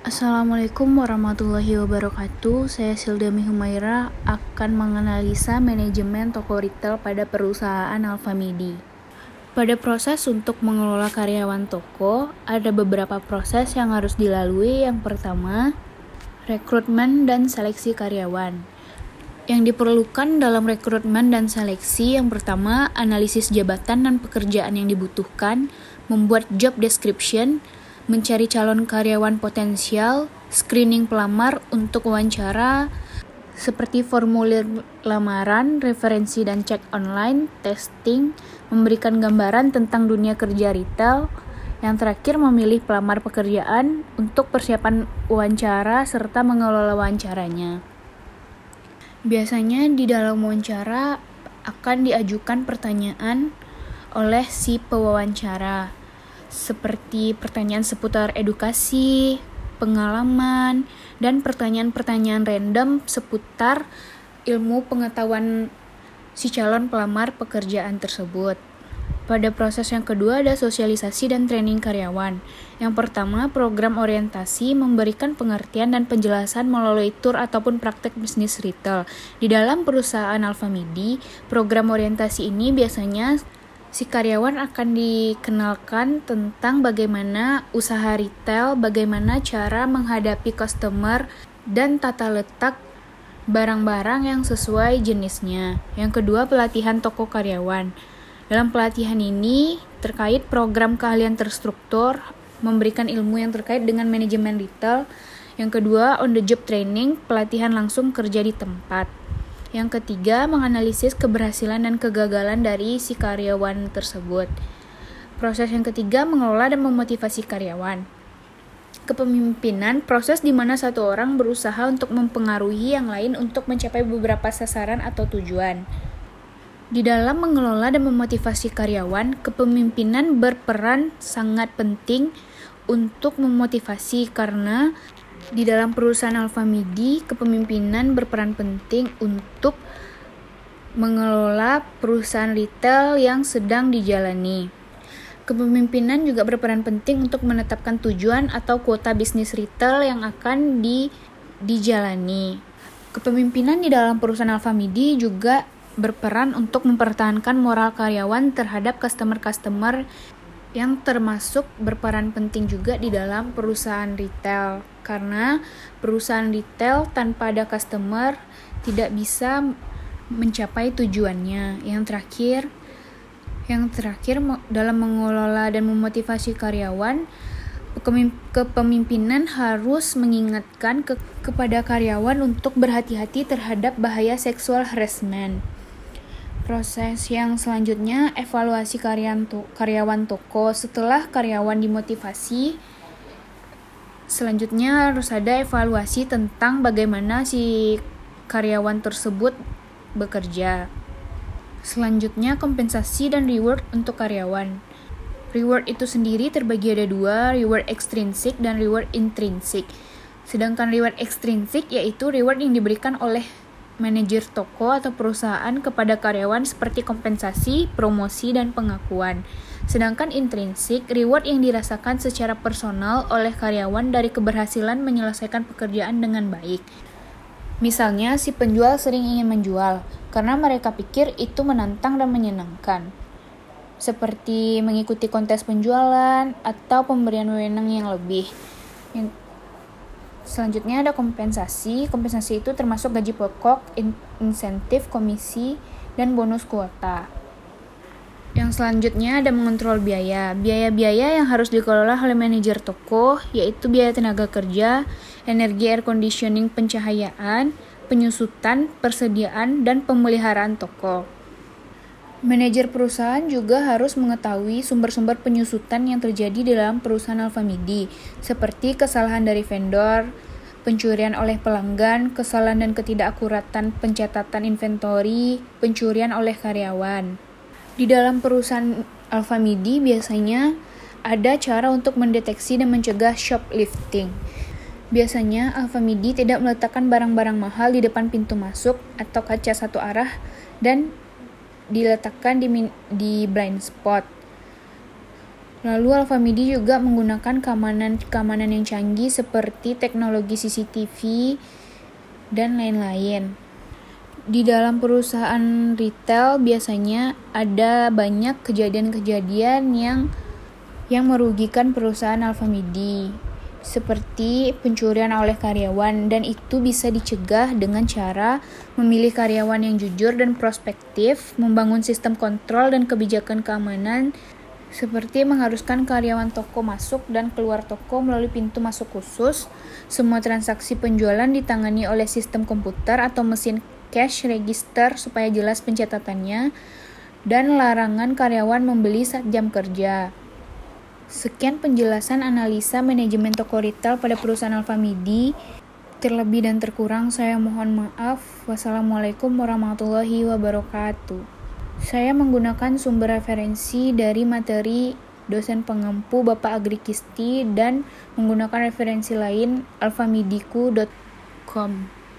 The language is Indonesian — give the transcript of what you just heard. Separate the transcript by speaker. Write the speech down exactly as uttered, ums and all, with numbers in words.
Speaker 1: Assalamualaikum warahmatullahi wabarakatuh. Saya Sildami Humaira akan menganalisa manajemen toko retail pada perusahaan Alfamidi. Pada proses untuk mengelola karyawan toko, ada beberapa proses yang harus dilalui. Yang pertama, rekrutmen dan seleksi karyawan. Yang diperlukan dalam rekrutmen dan seleksi, yang pertama, analisis jabatan dan pekerjaan yang dibutuhkan, membuat job description, mencari calon karyawan potensial, screening pelamar untuk wawancara, seperti formulir lamaran, referensi dan cek online, testing, memberikan gambaran tentang dunia kerja retail, yang terakhir memilih pelamar pekerjaan untuk persiapan wawancara serta mengelola wawancaranya. Biasanya di dalam wawancara akan diajukan pertanyaan oleh si pewawancara, seperti pertanyaan seputar edukasi, pengalaman, dan pertanyaan-pertanyaan random seputar ilmu pengetahuan si calon pelamar pekerjaan tersebut. Pada proses yang kedua ada sosialisasi dan training karyawan. Yang pertama, program orientasi memberikan pengertian dan penjelasan melalui tur ataupun praktek bisnis retail. Di dalam perusahaan Alfamidi, program orientasi ini biasanya si karyawan akan dikenalkan tentang bagaimana usaha retail, bagaimana cara menghadapi customer, dan tata letak barang-barang yang sesuai jenisnya. Yang kedua, pelatihan toko karyawan. Dalam pelatihan ini terkait program keahlian terstruktur, memberikan ilmu yang terkait dengan manajemen retail. Yang kedua, on the job training, pelatihan langsung kerja di tempat. Yang ketiga, menganalisis keberhasilan dan kegagalan dari si karyawan tersebut. Proses yang ketiga, mengelola dan memotivasi karyawan. Kepemimpinan, proses di mana satu orang berusaha untuk mempengaruhi yang lain untuk mencapai beberapa sasaran atau tujuan. Di dalam mengelola dan memotivasi karyawan, kepemimpinan berperan sangat penting untuk memotivasi karena di dalam perusahaan Alfamidi, kepemimpinan berperan penting untuk mengelola perusahaan retail yang sedang dijalani. Kepemimpinan juga berperan penting untuk menetapkan tujuan atau kuota bisnis retail yang akan di, dijalani. Kepemimpinan di dalam perusahaan Alfamidi juga berperan untuk mempertahankan moral karyawan terhadap customer-customer yang termasuk berperan penting juga di dalam perusahaan retail. Karena perusahaan retail tanpa ada customer tidak bisa mencapai tujuannya. Yang terakhir, yang terakhir dalam mengelola dan memotivasi karyawan, kepemimpinan harus mengingatkan ke, kepada karyawan untuk berhati-hati terhadap bahaya seksual harassment. Proses yang selanjutnya, evaluasi karyawan, to- karyawan toko. Setelah karyawan dimotivasi, selanjutnya harus ada evaluasi tentang bagaimana si karyawan tersebut bekerja. Selanjutnya, kompensasi dan reward untuk karyawan. Reward itu sendiri terbagi ada dua, reward extrinsic dan reward intrinsic. Sedangkan reward extrinsic yaitu reward yang diberikan oleh manajer toko atau perusahaan kepada karyawan seperti kompensasi, promosi, dan pengakuan. Sedangkan intrinsik, reward yang dirasakan secara personal oleh karyawan dari keberhasilan menyelesaikan pekerjaan dengan baik. Misalnya, si penjual sering ingin menjual, karena mereka pikir itu menantang dan menyenangkan. Seperti mengikuti kontes penjualan, atau pemberian wewenang yang lebih. Yang Selanjutnya ada kompensasi. Kompensasi itu termasuk gaji pokok, in- insentif, komisi, dan bonus kuota. Yang selanjutnya ada mengontrol biaya. Biaya-biaya yang harus dikelola oleh manajer toko, yaitu biaya tenaga kerja, energi air conditioning pencahayaan, penyusutan, persediaan, dan pemeliharaan toko. Manajer perusahaan juga harus mengetahui sumber-sumber penyusutan yang terjadi di dalam perusahaan Alfamidi, seperti kesalahan dari vendor, pencurian oleh pelanggan, kesalahan dan ketidakakuratan pencatatan inventory, pencurian oleh karyawan. Di dalam perusahaan Alfamidi biasanya ada cara untuk mendeteksi dan mencegah shoplifting. Biasanya Alfamidi tidak meletakkan barang-barang mahal di depan pintu masuk atau kaca satu arah dan diletakkan di, min- di blind spot. Lalu Alfamidi juga menggunakan keamanan-keamanan yang canggih seperti teknologi C C T V dan lain-lain. Di dalam perusahaan retail biasanya ada banyak kejadian-kejadian yang yang merugikan perusahaan Alfamidi, seperti pencurian oleh karyawan, dan itu bisa dicegah dengan cara memilih karyawan yang jujur dan prospektif, membangun sistem kontrol dan kebijakan keamanan, seperti mengharuskan karyawan toko masuk dan keluar toko melalui pintu masuk khusus, semua transaksi penjualan ditangani oleh sistem komputer atau mesin cash register supaya jelas pencatatannya, dan larangan karyawan membeli saat jam kerja. Sekian penjelasan analisa manajemen toko retail pada perusahaan Alfamidi. Terlebih dan terkurang saya mohon maaf. Wassalamualaikum warahmatullahi wabarakatuh. Saya menggunakan sumber referensi dari materi dosen pengempu Bapak Agri Kisti dan menggunakan referensi lain alfamidiku dot com.